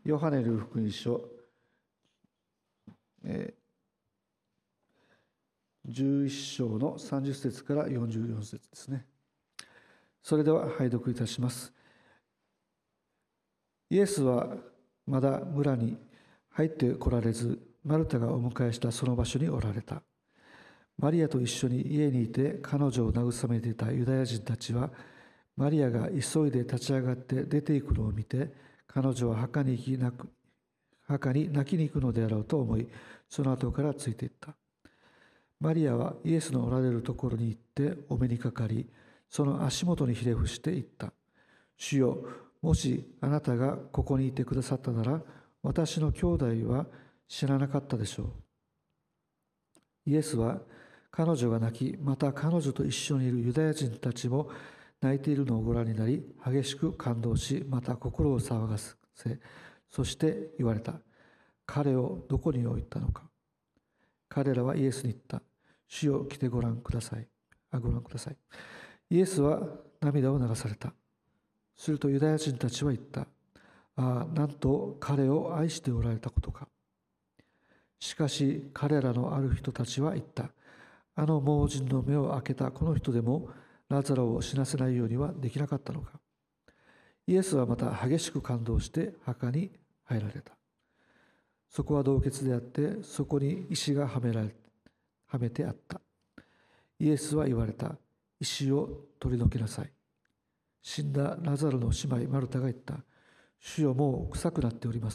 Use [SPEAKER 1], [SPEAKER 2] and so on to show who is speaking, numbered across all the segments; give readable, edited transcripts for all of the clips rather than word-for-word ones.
[SPEAKER 1] ヨハネの福音書、11章の30節から44節ですね。それでは拝読いたします。イエスはまだ村に入ってこられず、マルタがお迎えしたその場所におられた。マリアと一緒に家にいて彼女を慰めていたユダヤ人たちは、マリアが急いで立ち上がって出ていくのを見て、彼女は墓に泣きに行くのであろうと思い、その後からついていった。マリアはイエスのおられるところに行ってお目にかかり、その足元にひれ伏して言った。主よ、もしあなたがここにいてくださったなら、私の兄弟は死ななかったでしょう。イエスは彼女が泣き、また彼女と一緒にいるユダヤ人たちも泣いているのをご覧になり、激しく感動し、また心を騒がせ、そして言われた。彼をどこに置いたのか。彼らはイエスに言った。主よ、来てご覧ください。イエスは涙を流された。するとユダヤ人たちは言った。なんと彼を愛しておられたことか。しかし彼らのある人たちは言った。あの盲人の目を開けたこの人でもラザロを死なせないようにはできなかったのか。イエスはまた激しく感動して墓に入られた。そこは洞穴であって、そこに石がはめてあった。イエスは言われた。石を取り除きなさい。死んだラザロの姉妹マルタが言った。主よ、もう臭くなっております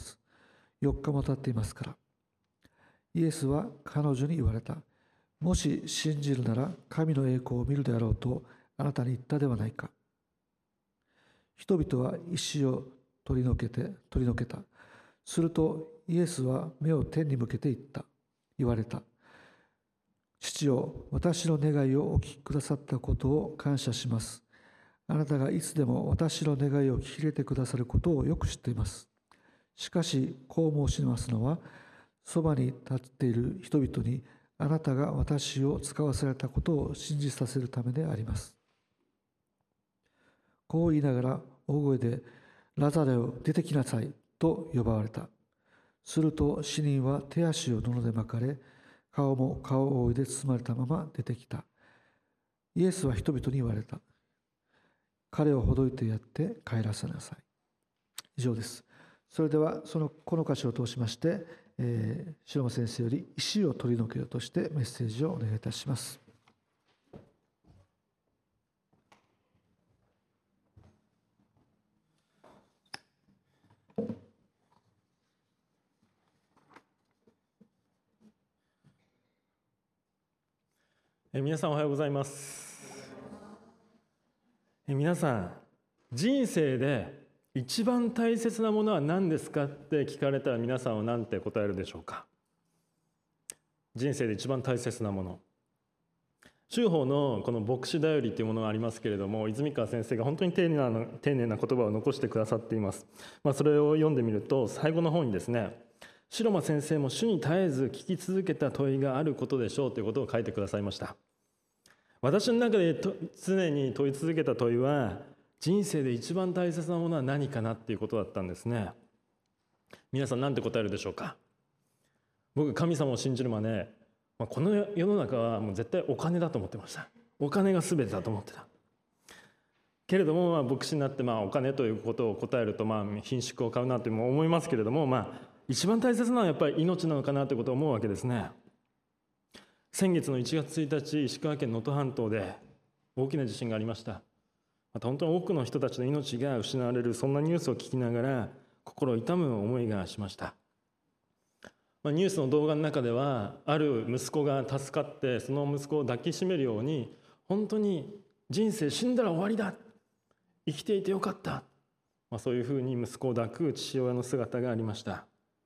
[SPEAKER 1] 。4日も経っていますから。イエスは彼女に言われた。もし信じるなら神の栄光を見るであろうとあなたに言ったではないか。人々は石を取り除けた。するとイエスは目を天に向けて言われた。父よ、私の願いをお聞きくださったことを感謝します。あなたがいつでも私の願いを聞き入れてくださることをよく知っています。しかし、こう申しますのは、そばに立っている人々にあなたが私を使わされたことを信じさせるためであります。こう言いながら大声で、ラザレを出てきなさいと呼ばわれた。すると死人は手足を布で巻かれ、顔も顔覆いで包まれたまま出てきた。イエスは人々に言われた。彼をほどいてやって帰らせなさい。以上です。それではこの箇所を通しまして、白間先生より石を取り除けよとしてメッセージをお願いいたします。
[SPEAKER 2] 皆さんおはようございます。皆さん、人生で一番大切なものは何ですかって聞かれたら皆さんは何て答えるでしょうか。人生で一番大切なもの。宗法のこの牧師だよりというものがありますけれども、泉川先生が本当に丁寧な言葉を残してくださっています。それを読んでみると、最後の方にですね、白間先生も主に絶えず聞き続けた問いがあることでしょうということを書いてくださいました。私の中で常に問い続けた問いは、人生で一番大切なものは何かなっていうことだったんですね。皆さん何て答えるでしょうか。僕、神様を信じるまで、この世の中はもう絶対お金だと思ってました。お金が全てだと思ってた。けれども、牧師になってお金ということを答えると貧縮を買うなと思いますけれども、一番大切なのはやっぱり命なのかなということを思うわけですね。先月の1月1日、石川県能登半島で大きな地震がありました。また本当に多くの人たちの命が失われる、そんなニュースを聞きながら心痛む思いがしました。ニュースの動画の中では、ある息子が助かってその息子を抱きしめるように、本当に人生死んだら終わりだ、生きていてよかった、そういうふうに息子を抱く父親の姿がありました。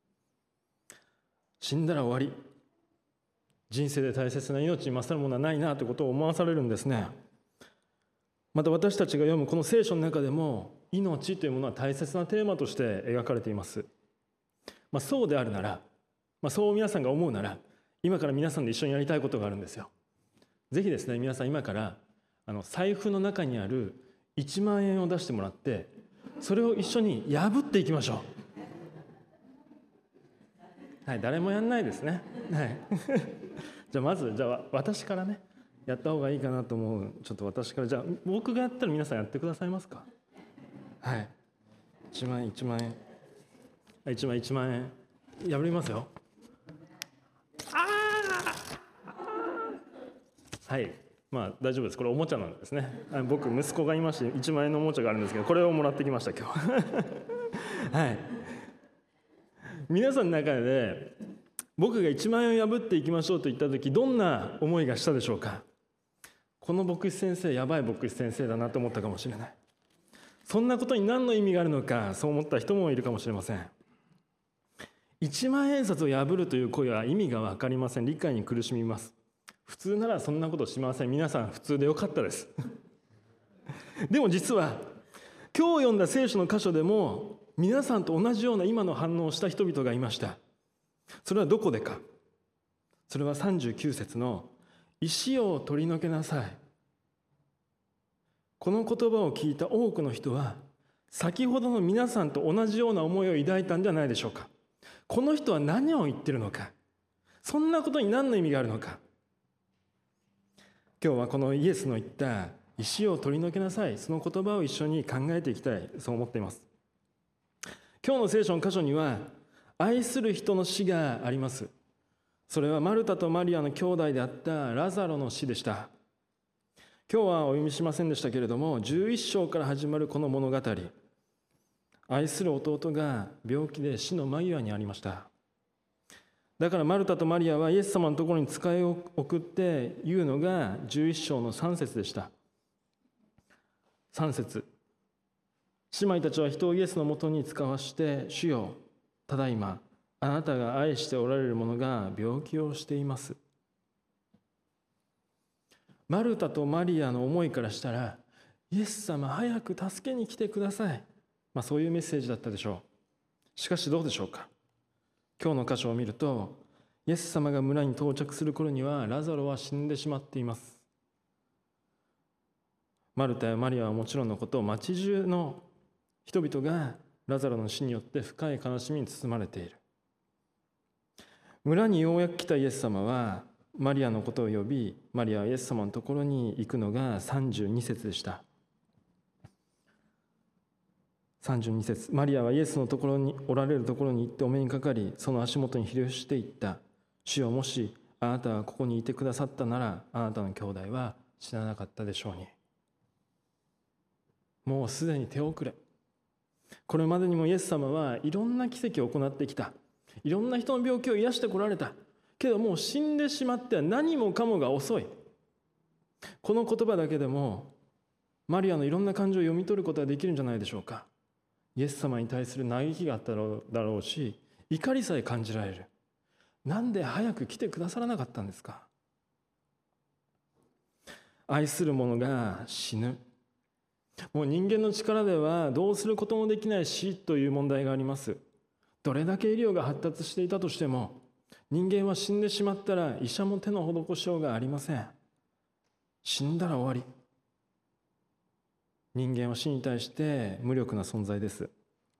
[SPEAKER 2] 死んだら終わり、人生で大切な命に勝るものはないなということを思わされるんですね。また私たちが読むこの聖書の中でも、命というものは大切なテーマとして描かれています。そうであるなら、そう皆さんが思うなら、今から皆さんで一緒にやりたいことがあるんですよ。ぜひですね、皆さん今から財布の中にある1万円を出してもらって、それを一緒に破っていきましょはい、誰もやんないですね。はい。じゃあまず私からねやった方がいいかなと思う。ちょっと私からじゃあ僕がやったら皆さんやってくださいますか。はい。1万円1万円1万円1万円破りますよ。はい。まあ大丈夫です。これおもちゃなんですね。僕息子がいまして1万円のおもちゃがあるんですけど、これをもらってきました今日。はい。皆さんの中で僕が1万円を破っていきましょうと言った時、どんな思いがしたでしょうか。この牧師先生やばい牧師先生だなと思ったかもしれない。そんなことに何の意味があるのか、そう思った人もいるかもしれません。1万円札を破るという行為は意味が分かりません。理解に苦しみます。普通ならそんなことしません。皆さん普通でよかったですでも実は今日読んだ聖書の箇所でも皆さんと同じような今の反応をした人々がいました。それはどこでか。それは39節の石を取り除けなさい。この言葉を聞いた多くの人は先ほどの皆さんと同じような思いを抱いたんじゃないでしょうか。この人は何を言ってるのか、そんなことに何の意味があるのか。今日はこのイエスの言った石を取り除けなさい、その言葉を一緒に考えていきたい、そう思っています。今日の聖書の箇所には愛する人の死があります。それはマルタとマリアの兄弟であったラザロの死でした。今日はお読みしませんでしたけれども、11章から始まるこの物語、愛する弟が病気で死の間際にありました。だからマルタとマリアはイエス様のところに使いを送って言うのが11章の3節でした。3節、姉妹たちは人をイエスのもとに使わして、主よ、ただいまあなたが愛しておられる者が病気をしています。マルタとマリアの思いからしたら、イエス様早く助けに来てください、そういうメッセージだったでしょう。しかしどうでしょうか。今日の箇所を見ると、イエス様が村に到着する頃にはラザロは死んでしまっています。マルタやマリアはもちろんのこと、町中の人々がラザロの死によって深い悲しみに包まれている。村にようやく来たイエス様はマリアのことを呼び、マリアはイエス様のところに行くのが32節でした。32節、マリアはイエスのところにおられるところに行ってお目にかかり、その足元にひれ伏していった。主よ、もしあなたがここにいてくださったなら、あなたの兄弟は死ななかったでしょうに。もうすでに手遅れ。これまでにもイエス様はいろんな奇跡を行ってきた。いろんな人の病気を癒してこられた。けどもう死んでしまっては何もかもが遅い。この言葉だけでもマリアのいろんな感情を読み取ることができるんじゃないでしょうか。イエス様に対する嘆きがあっただろうし、怒りさえ感じられる。なんで早く来てくださらなかったんですか。愛する者が死ぬ。もう人間の力ではどうすることもできない死という問題があります。どれだけ医療が発達していたとしても、人間は死んでしまったら医者も手の施しようがありません。死んだら終わり。人間は死に対して無力な存在です。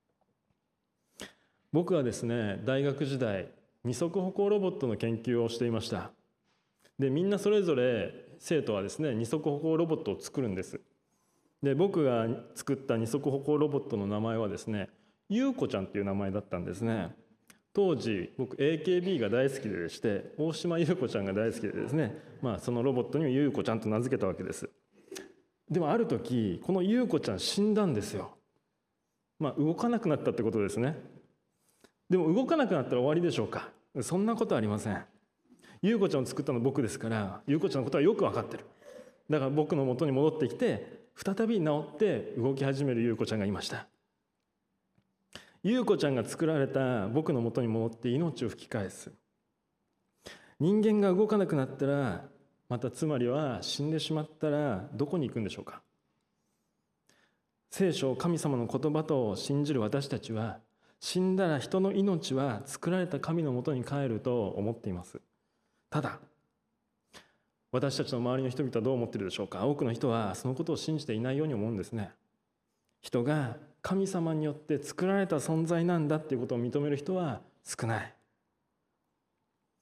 [SPEAKER 2] 僕はですね、大学時代二足歩行ロボットの研究をしていました。で、みんなそれぞれ生徒はですね、二足歩行ロボットを作るんです。で、僕が作った二足歩行ロボットの名前はですね、ゆうこちゃんっていう名前だったんですね。当時僕 AKB が大好きでして、大島優子ちゃんが大好きでですね、そのロボットにもゆうこちゃんと名付けたわけです。でもある時このゆうこちゃん死んだんですよ。動かなくなったってことですね。でも動かなくなったら終わりでしょうか。そんなことはありません。ゆうこちゃんを作ったのは僕ですから、ゆうこちゃんのことはよく分かってる。だから僕の元に戻ってきて、再び治って動き始めるゆうこちゃんがいました。ゆうこちゃんが作られた僕の元に戻って命を吹き返す。人間が動かなくなったら、またつまりは死んでしまったらどこに行くんでしょうか。聖書、神様の言葉と信じる私たちは、死んだら人の命は作られた神の元に帰ると思っています。ただ私たちの周りの人々はどう思っているでしょうか。多くの人はそのことを信じていないように思うんですね。人が神様によって作られた存在なんだっていうことを認める人は少ない。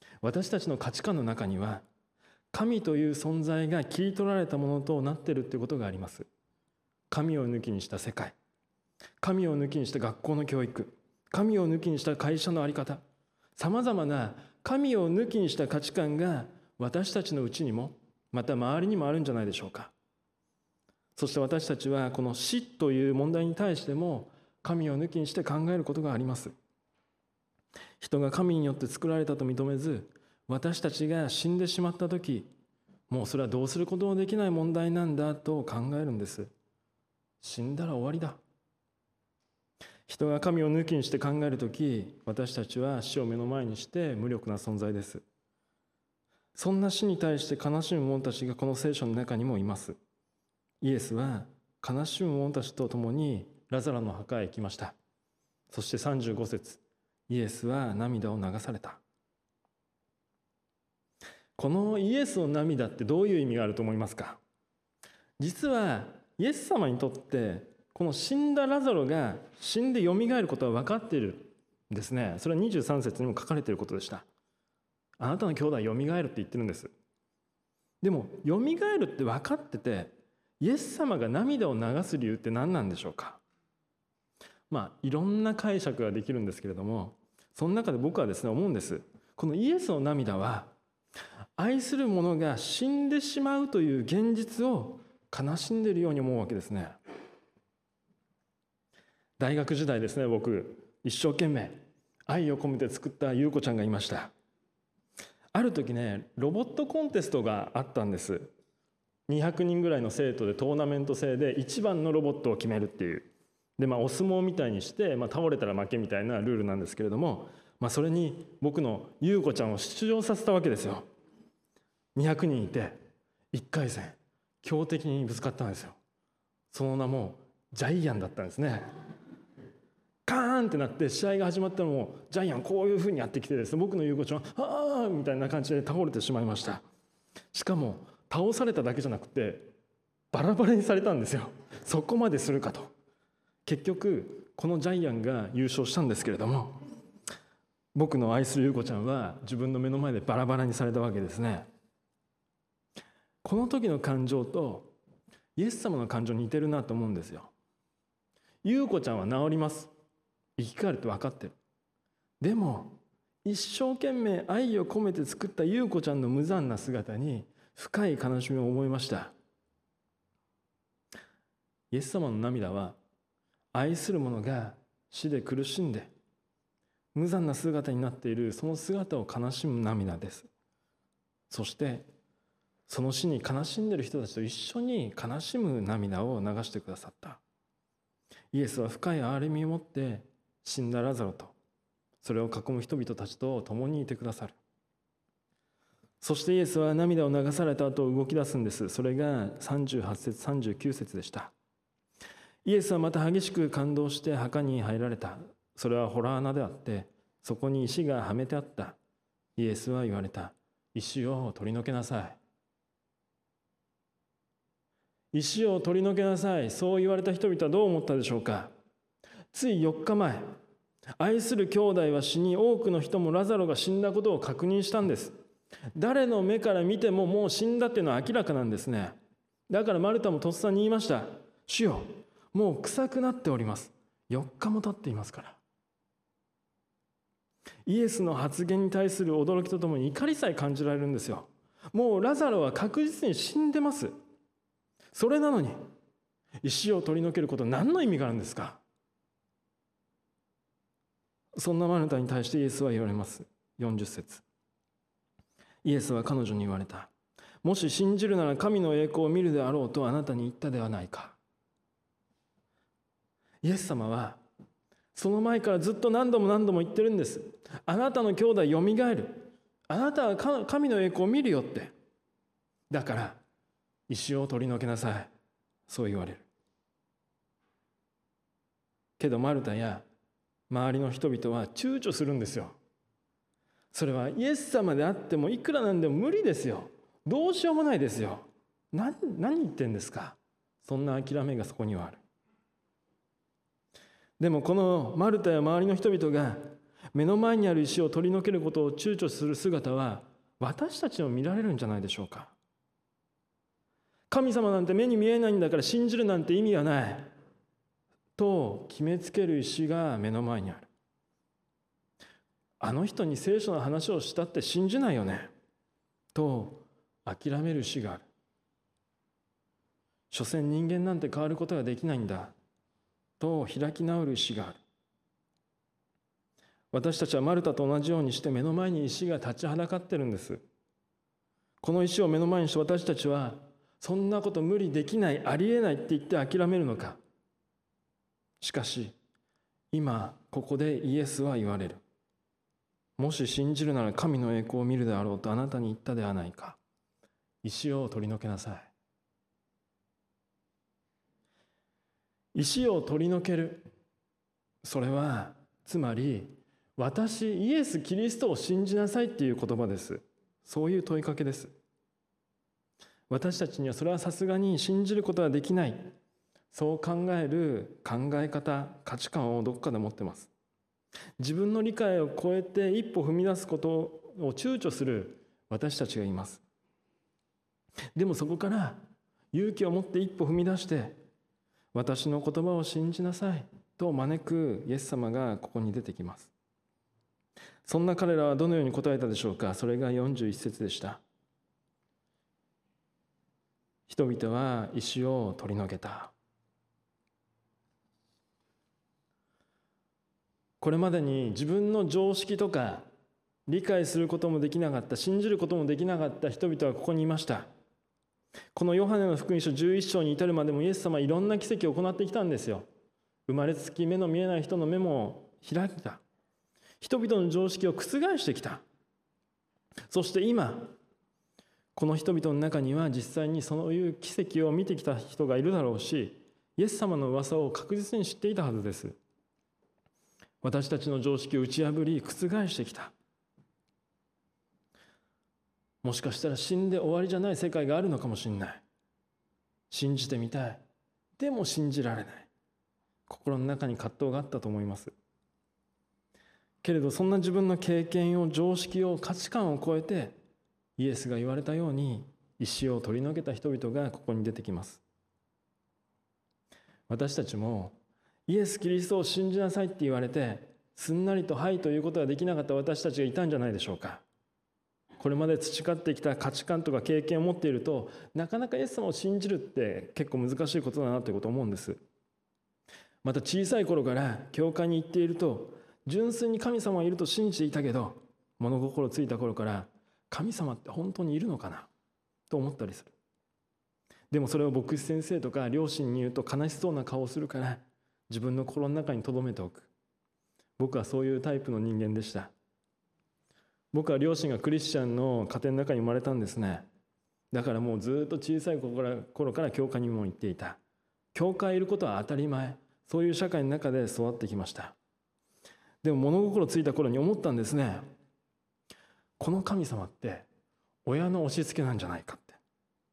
[SPEAKER 2] 私たちの価値観の中には神という存在が切り取られたものとなっているということがあります。神を抜きにした世界、神を抜きにした学校の教育、神を抜きにした会社の在り方、さまざまな神を抜きにした価値観が私たちのうちにもまた周りにもあるんじゃないでしょうか。そして私たちはこの死という問題に対しても神を抜きにして考えることがあります。人が神によって作られたと認めず、私たちが死んでしまった時、もうそれはどうすることもできない問題なんだと考えるんです。死んだら終わりだ。人が神を抜きにして考えるとき、私たちは死を目の前にして無力な存在です。そんな死に対して悲しむ者たちがこの聖書の中にもいます。イエスは悲しむ者たちと共にラザロの墓へ行きました。そして35節、イエスは涙を流された。このイエスの涙ってどういう意味があると思いますか？実はイエス様にとってこの死んだラザロが死んでよみがえることは分かっているんですね。それは23節にも書かれていることでした。あなたの兄弟はよみがえるって言ってるんです。でもよみがえるって分かってて、イエス様が涙を流す理由って何なんでしょうか？いろんな解釈ができるんですけれども、その中で僕はですね思うんです。このイエスの涙は愛する者が死んでしまうという現実を悲しんでいるように思うわけですね。大学時代ですね、僕一生懸命愛を込めて作った優子ちゃんがいました。ある時ね、ロボットコンテストがあったんです。200人ぐらいの生徒でトーナメント制で一番のロボットを決めるっていう。でお相撲みたいにして、倒れたら負けみたいなルールなんですけれども、それに僕の優子ちゃんを出場させたわけですよ。200人いて1回戦強敵にぶつかったんですよ。その名もジャイアンだったんですね。カーンってなって試合が始まったのもジャイアンこういうふうにやってきてですね、僕の優子ちゃんはああみたいな感じで倒れてしまいました。しかも倒されただけじゃなくてバラバラにされたんですよ。そこまでするかと。結局このジャイアンが優勝したんですけれども、僕の愛する優子ちゃんは自分の目の前でバラバラにされたわけですね。この時の感情とイエス様の感情に似てるなと思うんですよ。優子ちゃんは治ります。生き返ると分かってる。でも一生懸命愛を込めて作った優子ちゃんの無残な姿に深い悲しみを思いました。イエス様の涙は愛する者が死で苦しんで無残な姿になっているその姿を悲しむ涙です。そしてその死に悲しんでいる人たちと一緒に悲しむ涙を流してくださった。イエスは深い憐れみを持って死んだラザロとそれを囲む人々たちと共にいてくださる。そしてイエスは涙を流された後動き出すんです。それが38節39節でした。イエスはまた激しく感動して墓に入られた。それは洞穴であってそこに石がはめてあった。イエスは言われた。石を取り除けなさい。石を取り除けなさい。そう言われた人々はどう思ったでしょうか。つい4日前、愛する兄弟は死に、多くの人もラザロが死んだことを確認したんです。誰の目から見てももう死んだっていうのは明らかなんですね。だからマルタもとっさに言いました。主よ、もう臭くなっております。4日も経っていますから。イエスの発言に対する驚きとともに怒りさえ感じられるんですよ。もうラザロは確実に死んでます。それなのに石を取り除けること何の意味があるんですか。そんなマルタに対してイエスは言われます。40節。イエスは彼女に言われた。もし信じるなら神の栄光を見るであろうとあなたに言ったではないか。イエス様はその前からずっと何度も言ってるんです。あなたの兄弟よみがえる。あなたは神の栄光を見るよって。だから石を取り除けなさい。そう言われる。けどマルタや周りの人々は躊躇するんですよ。それはイエス様であってもいくらなんでも無理ですよ。どうしようもないですよ。何言ってんですか。そんな諦めがそこにはある。でもこのマルタや周りの人々が目の前にある石を取り除けることを躊躇する姿は私たちにも見られるんじゃないでしょうか。神様なんて目に見えないんだから信じるなんて意味がないと決めつける石が目の前にある。あの人に聖書の話をしたって信じないよねと諦める石がある。所詮人間なんて変わることができないんだと開き直る石がある。私たちはマルタと同じようにして目の前に石が立ちはだかってるんです。この石を目の前にして私たちはそんなこと無理できない、ありえないって言って諦めるのか。しかし今ここでイエスは言われる。もし信じるなら神の栄光を見るであろうとあなたに言ったではないか。石を取り除けなさい。石を取り除ける、それはつまり私イエス・キリストを信じなさいっていう言葉です。そういう問いかけです。私たちにはそれはさすがに信じることはできない、そう考える考え方、価値観をどこかで持ってます。自分の理解を超えて一歩踏み出すことを躊躇する私たちがいます。でもそこから勇気を持って一歩踏み出して私の言葉を信じなさいと招くイエス様がここに出てきます。そんな彼らはどのように答えたでしょうか。それが41節でした。人々は石を取り除けた。これまでに自分の常識とか理解することもできなかった、信じることもできなかった人々はここにいました。このヨハネの福音書11章に至るまでもイエス様はいろんな奇跡を行ってきたんですよ。生まれつき目の見えない人の目も開いた。人々の常識を覆してきた。そして今この人々の中には実際にそういう奇跡を見てきた人がいるだろうし、イエス様の噂を確実に知っていたはずです。私たちの常識を打ち破り覆してきた。もしかしたら死んで終わりじゃない世界があるのかもしれない。信じてみたい。でも信じられない。心の中に葛藤があったと思います。けれどそんな自分の経験を、常識を、価値観を超えてイエスが言われたように石を取り除けた人々がここに出てきます。私たちもイエス・キリストを信じなさいって言われてすんなりとはいということができなかった私たちがいたんじゃないでしょうか。これまで培ってきた価値観とか経験を持っているとなかなかイエス様を信じるって結構難しいことだなということを思うんです。また小さい頃から教会に行っていると純粋に神様がいると信じていたけど、物心ついた頃から神様って本当にいるのかなと思ったりする。でもそれを牧師先生とか両親に言うと悲しそうな顔をするから自分の心の中に留めておく。僕はそういうタイプの人間でした。僕は両親がクリスチャンの家庭の中に生まれたんですね。だからもうずっと小さい頃から教会にも行っていた。教会いることは当たり前、そういう社会の中で育ってきました。でも物心ついた頃に思ったんですね。この神様って親の押し付けなんじゃないかって。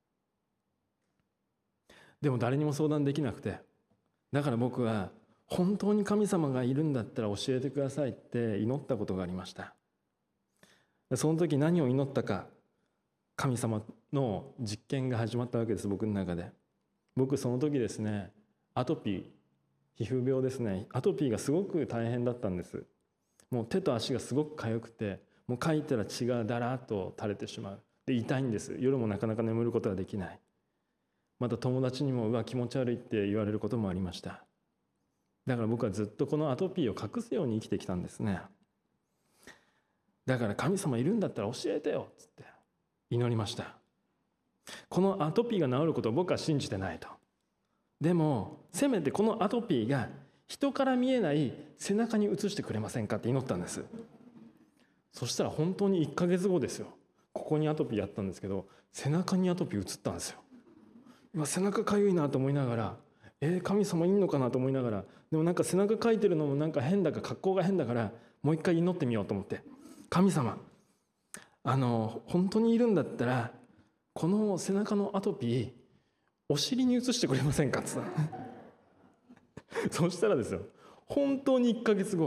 [SPEAKER 2] でも誰にも相談できなくて、だから僕は本当に神様がいるんだったら教えてくださいって祈ったことがありました。その時何を祈ったか、神様の実験が始まったわけです。僕の中で。僕その時ですね、アトピー、皮膚病ですね、アトピーがすごく大変だったんです。もう手と足がすごく痒くて、もうかいたら血がだらっと垂れてしまう。で痛いんです。夜もなかなか眠ることができない。また友達にもうわ気持ち悪いって言われることもありました。だから僕はずっとこのアトピーを隠すように生きてきたんですね。だから神様いるんだったら教えてよっつって祈りました。このアトピーが治ることを僕は信じてないと。でもせめてこのアトピーが人から見えない背中に移してくれませんかって祈ったんです。そしたら本当に1ヶ月後ですよ。ここにアトピーやったんですけど、背中にアトピー移ったんですよ。今背中かゆいなと思いながら、神様いんのかなと思いながら、でもなんか背中かいてるのもなんか変だから、格好が変だからもう一回祈ってみようと思って、神様本当にいるんだったらこの背中のアトピーお尻に移してくれませんかって言ったそしたらですよ、本当に1ヶ月後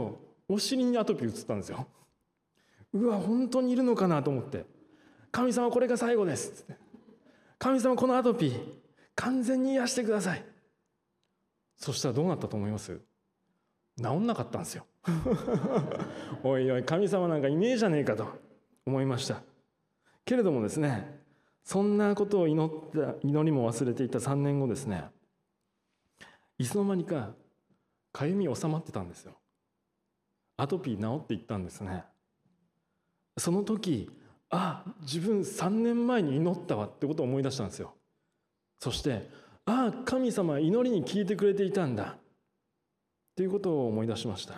[SPEAKER 2] お尻にアトピー移ったんですよ。うわ、本当にいるのかなと思って、神様これが最後ですって、神様このアトピー完全に癒してください。そしたらどうなったと思います？治んなかったんですよおいおい、神様なんかいねえじゃねえかと思いました。けれどもですね、そんなことを祈りも忘れていた3年後ですね、いつの間にかかゆみ収まってたんですよ。アトピー治っていったんですね。その時、自分3年前に祈ったわってことを思い出したんですよ。そして神様は祈りに聞いてくれていたんだということを思い出しました。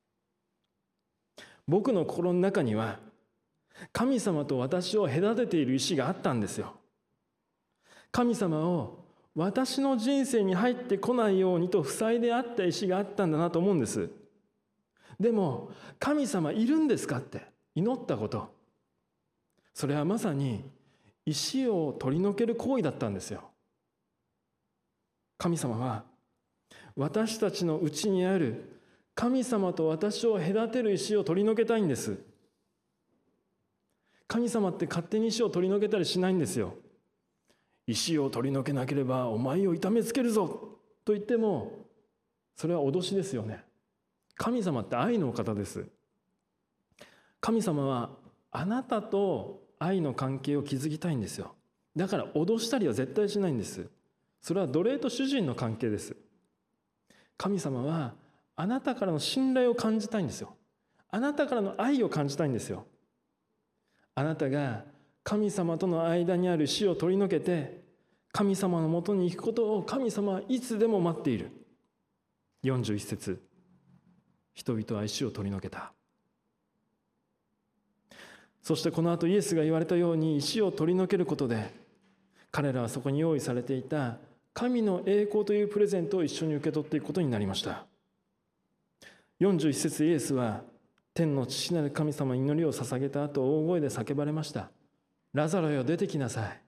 [SPEAKER 2] 僕の心の中には神様と私を隔てている石があったんですよ。神様を私の人生に入ってこないようにと塞いであった石があったんだなと思うんです。でも神様いるんですかって祈ったこと、それはまさに石を取り除ける行為だったんですよ。神様は私たちのうちにある神様と私を隔てる石を取り除けたいんです。神様って勝手に石を取り除けたりしないんですよ。石を取り除けなければお前を痛めつけるぞと言っても、それは脅しですよね。神様って愛のお方です。神様はあなたと愛の関係を築きたいんですよ。だから脅したりは絶対しないんです。それは奴隷と主人の関係です。神様はあなたからの信頼を感じたいんですよ。あなたからの愛を感じたいんですよ。あなたが神様との間にある石を取り除けて神様のもとに行くことを神様はいつでも待っている。41節、人々は石を取り除けた。そしてこの後イエスが言われたように石を取り除けることで、彼らはそこに用意されていた神の栄光というプレゼントを一緒に受け取っていくことになりました。41節、イエスは天の父なる神様に祈りを捧げた後、大声で叫ばれました。ラザロよ、出てきなさい。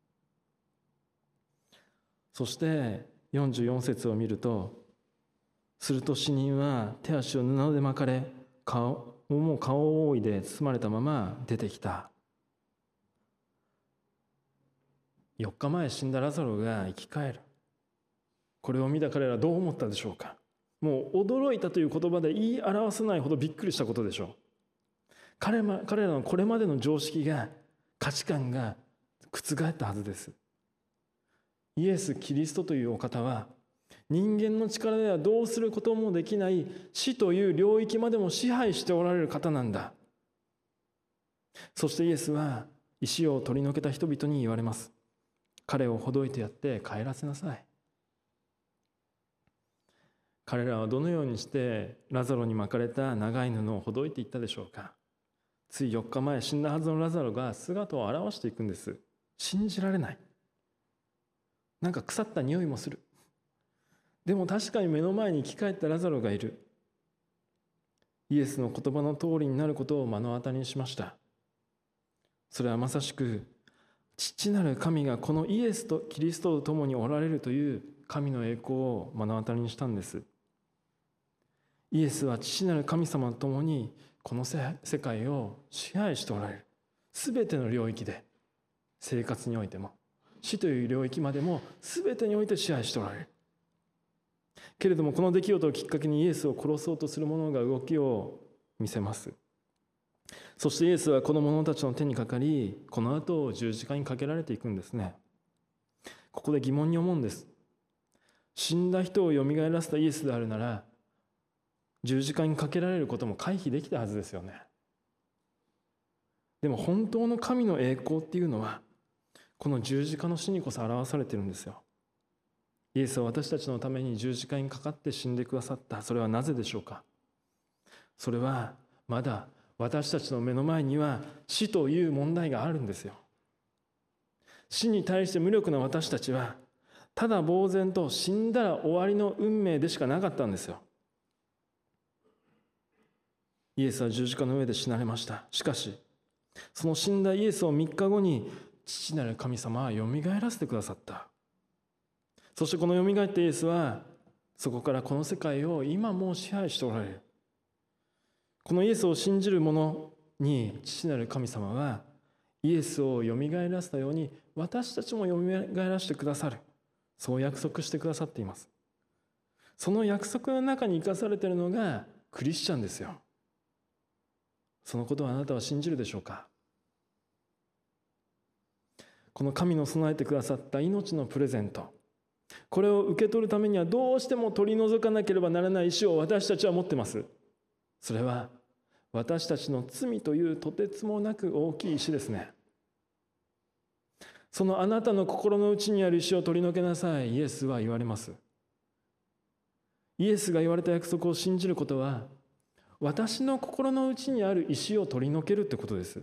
[SPEAKER 2] そして44節を見ると、すると死人は手足を布で巻かれ、顔を覆いで包まれたまま出てきた。4日前死んだラザロが生き返る。これを見た彼らはどう思ったでしょうか。もう驚いたという言葉で言い表せないほどびっくりしたことでしょう。彼らのこれまでの常識が、価値観が覆ったはずです。イエス・キリストというお方は、人間の力ではどうすることもできない死という領域までも支配しておられる方なんだ。そしてイエスは石を取り除けた人々に言われます。彼をほどいてやって帰らせなさい。彼らはどのようにしてラザロに巻かれた長い布をほどいていったでしょうか。つい4日前死んだはずのラザロが姿を現していくんです。信じられない。なんか腐った匂いもする。でも確かに目の前に生き返ったラザロがいる。イエスの言葉の通りになることを目の当たりにしました。それはまさしく父なる神がこのイエスとキリストと共におられるという神の栄光を目の当たりにしたんです。イエスは父なる神様と共にこの世界を支配しておられる。すべての領域で、生活においても死という領域までもすべてにおいて支配しておられる。けれどもこの出来事をきっかけにイエスを殺そうとする者が動きを見せます。そしてイエスはこの者たちの手にかかり、この後十字架にかけられていくんですね。ここで疑問に思うんです。死んだ人をよみがえらせたイエスであるなら、十字架にかけられることも回避できたはずですよね。でも本当の神の栄光っていうのは、この十字架の死にこそ表されているんですよ。イエスは私たちのために十字架にかかって死んでくださった。それはなぜでしょうか。それはまだ私たちの目の前には死という問題があるんですよ。死に対して無力な私たちは、ただ呆然と死んだら終わりの運命でしかなかったんですよ。イエスは十字架の上で死なれました。しかしその死んだイエスを3日後に父なる神様はよみがえらせてくださった。そしてこのよみがえったイエスはそこからこの世界を今も支配しておられる。 このイエスを信じる者に父なる神様はイエスをよみがえらせたように私たちもよみがえらせてくださる、そう約束してくださっています。その約束の中に生かされているのがクリスチャンですよ。そのことをあなたは信じるでしょうか。この神の備えてくださった命のプレゼント、これを受け取るためにはどうしても取り除かなければならない石を私たちは持っています。それは私たちの罪というとてつもなく大きい石ですね。そのあなたの心の内にある石を取り除けなさい、イエスは言われます。イエスが言われた約束を信じることは、私の心の内にある石を取り除けるということです。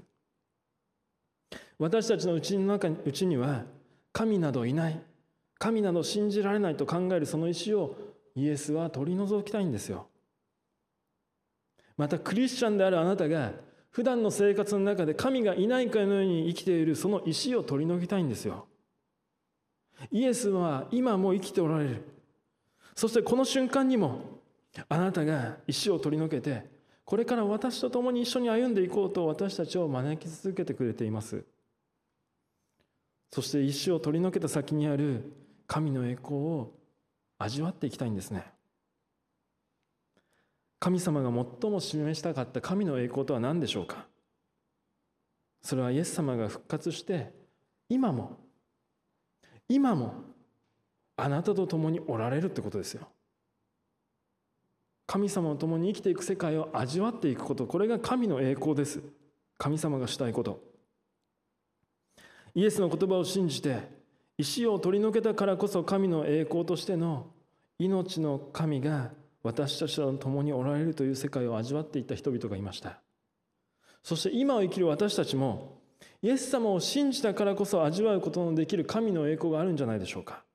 [SPEAKER 2] 私たちの内には神などいない、神など信じられないと考えるその石をイエスは取り除きたいんですよ。またクリスチャンであるあなたが普段の生活の中で神がいないかのように生きているその石を取り除きたいんですよ。イエスは今も生きておられる。そしてこの瞬間にもあなたが石を取り除けて、これから私と共に一緒に歩んでいこうと私たちを招き続けてくれています。そして石を取り除けた先にある神の栄光を味わっていきたいんですね。神様が最も示したかった神の栄光とは何でしょうか。それはイエス様が復活して今もあなたと共におられるってことですよ。神様と共に生きていく世界を味わっていくこと、これが神の栄光です。神様がしたいこと。イエスの言葉を信じて石を取り除けたからこそ神の栄光としての命の神が私たちと共におられるという世界を味わっていった人々がいました。そして今を生きる私たちもイエス様を信じたからこそ味わうことのできる神の栄光があるんじゃないでしょうか。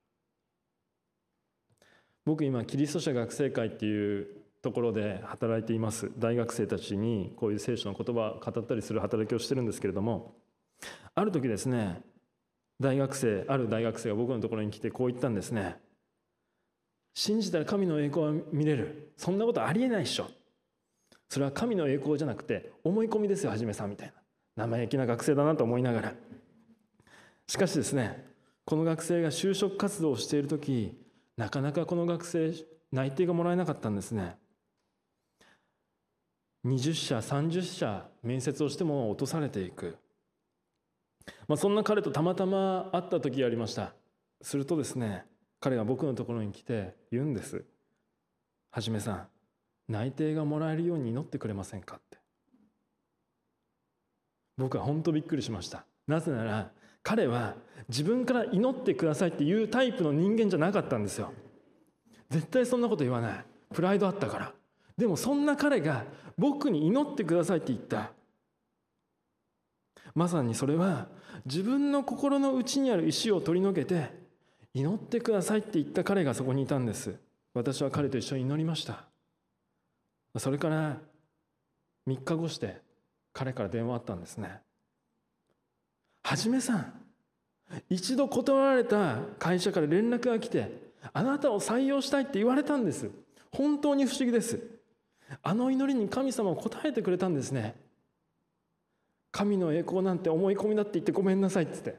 [SPEAKER 2] 僕今キリスト者学生会っていうところで働いています。大学生たちにこういう聖書の言葉を語ったりする働きをしてるんですけれども、ある時ですね、ある大学生が僕のところに来てこう言ったんですね。信じたら神の栄光は見れる。そんなことありえないっしょ。それは神の栄光じゃなくて思い込みですよ、はじめさんみたいな。生意気な学生だなと思いながら。しかしですね、この学生が就職活動をしている時、なかなかこの学生内定がもらえなかったんですね。20社30社面接をしても落とされていく。そんな彼とたまたま会った時がありました。するとですね、彼が僕のところに来て言うんです。はじめさん、内定がもらえるように祈ってくれませんかって。僕は本当びっくりしました。なぜなら彼は自分から祈ってくださいっていうタイプの人間じゃなかったんですよ。絶対そんなこと言わない。プライドあったから。でもそんな彼が僕に祈ってくださいって言った。まさにそれは自分の心の内にある石を取り除けて祈ってくださいって言った彼がそこにいたんです。私は彼と一緒に祈りました。それから3日後して彼から電話あったんですね。はじめさん、一度断られた会社から連絡が来てあなたを採用したいって言われたんです。本当に不思議です。あの祈りに神様を応えてくれたんですね。神の栄光なんて思い込みだって言ってごめんなさいって言って。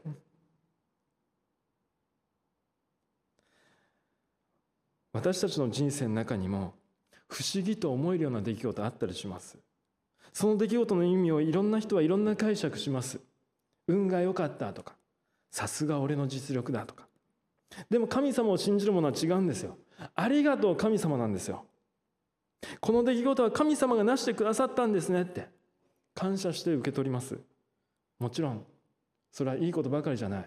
[SPEAKER 2] 私たちの人生の中にも不思議と思えるような出来事あったりします。その出来事の意味をいろんな人はいろんな解釈します。運が良かったとか、さすが俺の実力だとか。でも神様を信じるものは違うんですよ。ありがとう神様なんですよ。この出来事は神様がなしてくださったんですねって感謝して受け取ります。もちろんそれはいいことばかりじゃない。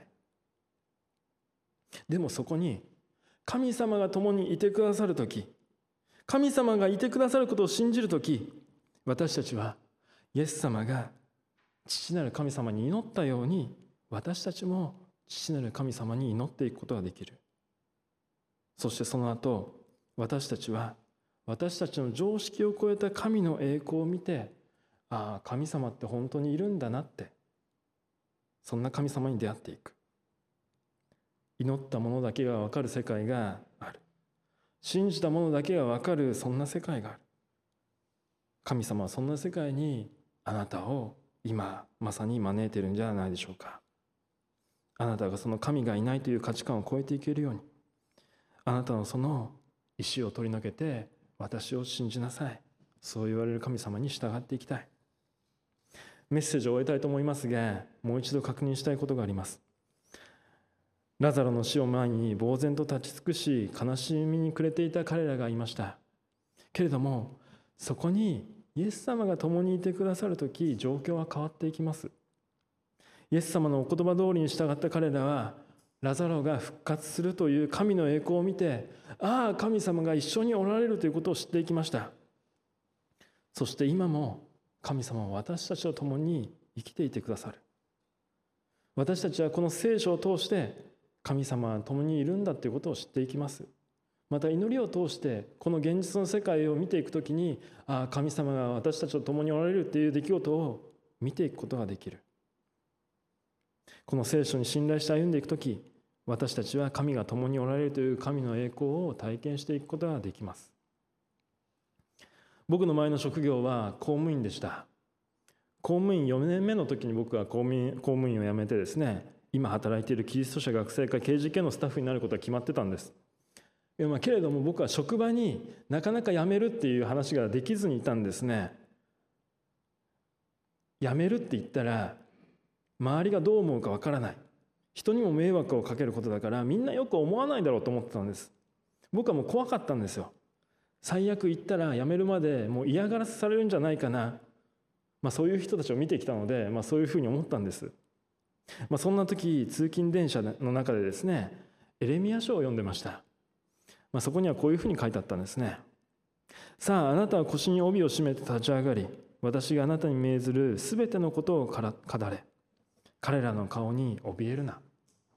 [SPEAKER 2] でもそこに神様が共にいてくださるとき、神様がいてくださることを信じるとき、私たちはイエス様が父なる神様に祈ったように、私たちも父なる神様に祈っていくことができる。そしてその後、私たちは私たちの常識を超えた神の栄光を見て、ああ、神様って本当にいるんだなって、そんな神様に出会っていく。祈ったものだけが分かる世界がある。信じたものだけが分かる、そんな世界がある。 神様はそんな世界にあなたを今まさに招いているんじゃないでしょうか。あなたがその神がいないという価値観を超えていけるように、あなたのその意思を取り除けて、私を信じなさい、そう言われる神様に従っていきたい。メッセージを終えたいと思いますが、もう一度確認したいことがあります。ラザロの死を前に呆然と立ち尽くし、悲しみに暮れていた彼らがいました。けれどもそこにイエス様が共にいてくださるとき、状況は変わっていきます。イエス様のお言葉通りに従った彼らは、ラザロが復活するという神の栄光を見て、ああ、神様が一緒におられるということを知っていきました。そして今も神様は私たちと共に生きていてくださる。私たちはこの聖書を通して神様は共にいるんだということを知っていきます。また祈りを通してこの現実の世界を見ていくときに、ああ、神様が私たちと共におられるという出来事を見ていくことができる。この聖書に信頼して歩んでいくとき、私たちは神が共におられるという神の栄光を体験していくことができます。僕の前の職業は公務員でした。公務員4年目の時に僕は公務員を辞めてですね、今働いているキリスト者学生会刑事系のスタッフになることが決まってたんです。けれども僕は職場になかなか辞めるっていう話ができずにいたんですね。辞めるって言ったら周りがどう思うかわからない、人にも迷惑をかけることだからみんなよく思わないだろうと思ってたんです。僕はもう怖かったんですよ。最悪言ったら辞めるまでもう嫌がらせされるんじゃないかな、そういう人たちを見てきたので、そういうふうに思ったんです。そんな時、通勤電車の中でですね、エレミヤ書を読んでました。そこにはこういうふうに書いてあったんですね。さあ、あなたは腰に帯を締めて立ち上がり、私があなたに命ずるすべてのことを語れ。彼らの顔に怯えるな。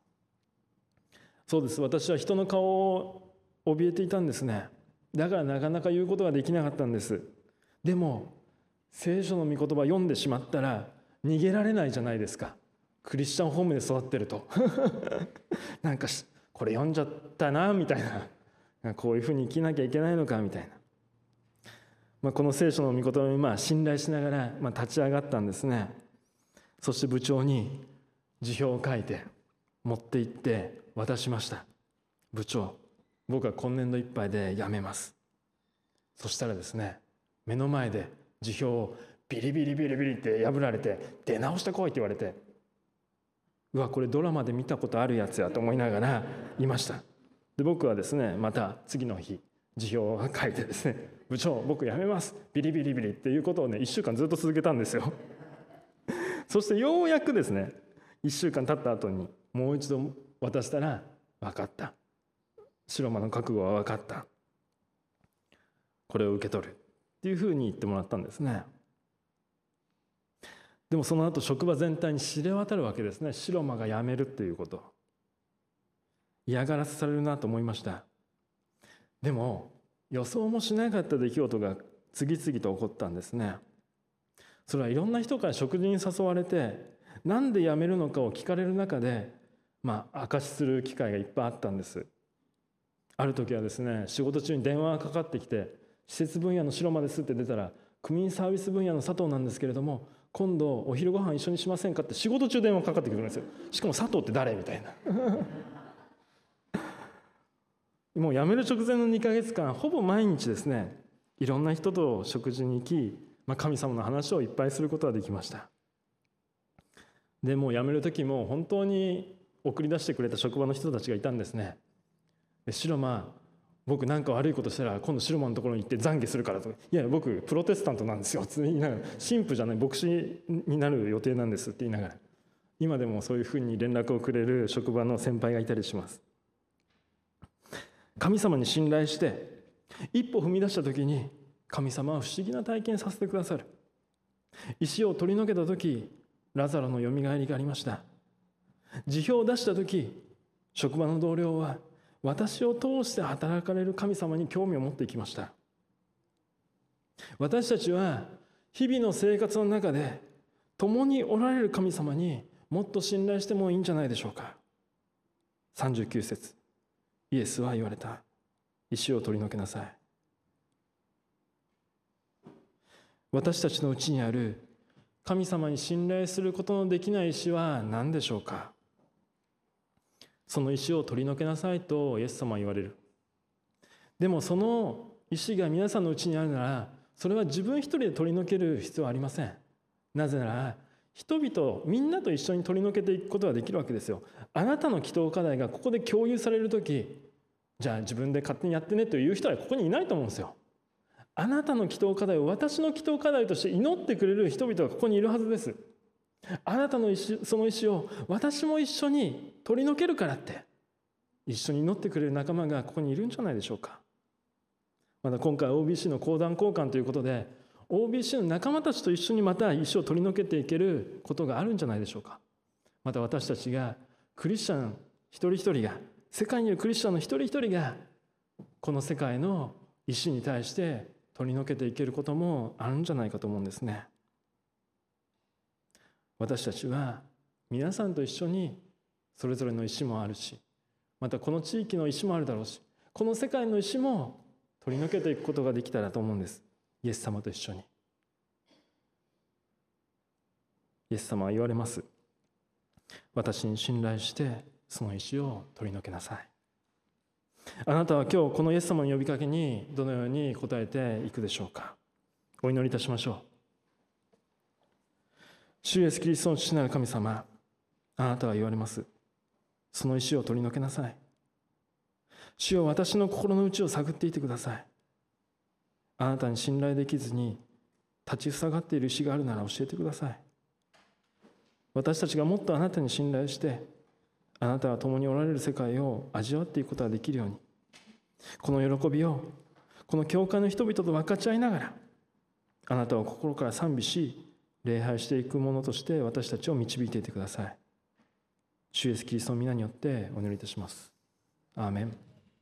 [SPEAKER 2] そうです。私は人の顔を怯えていたんですね。だからなかなか言うことができなかったんです。でも聖書の御言葉を読んでしまったら逃げられないじゃないですか。クリスチャンホームで育ってるとなんかこれ読んじゃったなみたいな、こういうふうに生きなきゃいけないのかみたいな、この聖書の御言葉に信頼しながら立ち上がったんですね。そして部長に辞表を書いて持って行って渡しました。部長、僕は今年度いっぱいで辞めます。そしたらですね、目の前で辞表をビリビリビリビリって破られて、出直してこいって言われて、うわ、これドラマで見たことあるやつやと思いながらいました。で、僕はですね、また次の日辞表を書いてですね、部長、僕辞めます、ビリビリビリっていうことをね、1週間ずっと続けたんですよそしてようやくですね、1週間経った後にもう一度渡したら、分かった、白間の覚悟は分かった、これを受け取るっていうふうに言ってもらったんですね。でもその後職場全体に知れ渡るわけですね。白間が辞めるっていうこと、嫌がらせされるなと思いました。でも予想もしなかった出来事が次々と起こったんですね。それはいろんな人から食事に誘われて、なんで辞めるのかを聞かれる中で、証しする機会がいっぱいあったんです。ある時はですね、仕事中に電話がかかってきて、施設分野の白間ですって出たら、区民サービス分野の佐藤なんですけれども、今度お昼ご飯一緒にしませんかって仕事中電話かかってくるんですよ。しかも佐藤って誰みたいなもう辞める直前の2ヶ月間、ほぼ毎日ですね、いろんな人と食事に行き、神様の話をいっぱいすることができました。でもう辞める時も本当に送り出してくれた職場の人たちがいたんですね。白間、僕なんか悪いことしたら今度白間のところに行って懺悔するからと。いや僕プロテスタントなんですよって言いながら、神父じゃない牧師になる予定なんですって言いながら、今でもそういうふうに連絡をくれる職場の先輩がいたりします。神様に信頼して一歩踏み出した時に、神様は不思議な体験させてくださる。石を取り除けた時、ラザロのよみがえりがありました。辞表を出した時、職場の同僚は私を通して働かれる神様に興味を持っていきました。私たちは日々の生活の中で共におられる神様にもっと信頼してもいいんじゃないでしょうか。39節、イエスは言われた。石を取り除けなさい。 私たちのうちにある神様に信頼することのできない石は何でしょうか。その石を取り除けなさいとイエス様は言われる。でもその石が皆さんのうちにあるなら、それは自分一人で取り除ける必要はありません。なぜなら人々みんなと一緒に取り除けていくことができるわけですよ。あなたの祈祷課題がここで共有されるとき、じゃあ自分で勝手にやってねという人はここにいないと思うんですよ。あなたの祈祷課題を私の祈祷課題として祈ってくれる人々がここにいるはずです。あなたのその石を私も一緒に取り除けるからって一緒に祈ってくれる仲間がここにいるんじゃないでしょうか。また今回 OBC の講談交換ということで OBC の仲間たちと一緒にまた石を取り除けていけることがあるんじゃないでしょうか。また私たちがクリスチャン一人一人が、世界にいるクリスチャンの一人一人がこの世界の石に対して取り除けていけることもあるんじゃないかと思うんですね。私たちは皆さんと一緒にそれぞれの石もあるし、またこの地域の石もあるだろうし、この世界の石も取り除けていくことができたらと思うんです。イエス様と一緒に。イエス様は言われます。私に信頼してその石を取り除けなさい。あなたは今日このイエス様の呼びかけにどのように応えていくでしょうか。お祈りいたしましょう。主イエスキリストの父なる神様、あなたは言われます。その石を取り除けなさい。主よ、私の心の内を探っていてください。あなたに信頼できずに立ちふさがっている石があるなら教えてください。私たちがもっとあなたに信頼して、あなたが共におられる世界を味わっていくことができるように、この喜びをこの教会の人々と分かち合いながら、あなたを心から賛美し礼拝していくものとして私たちを導いていてください。主イエスキリストの皆によってお祈りいたします。アーメン。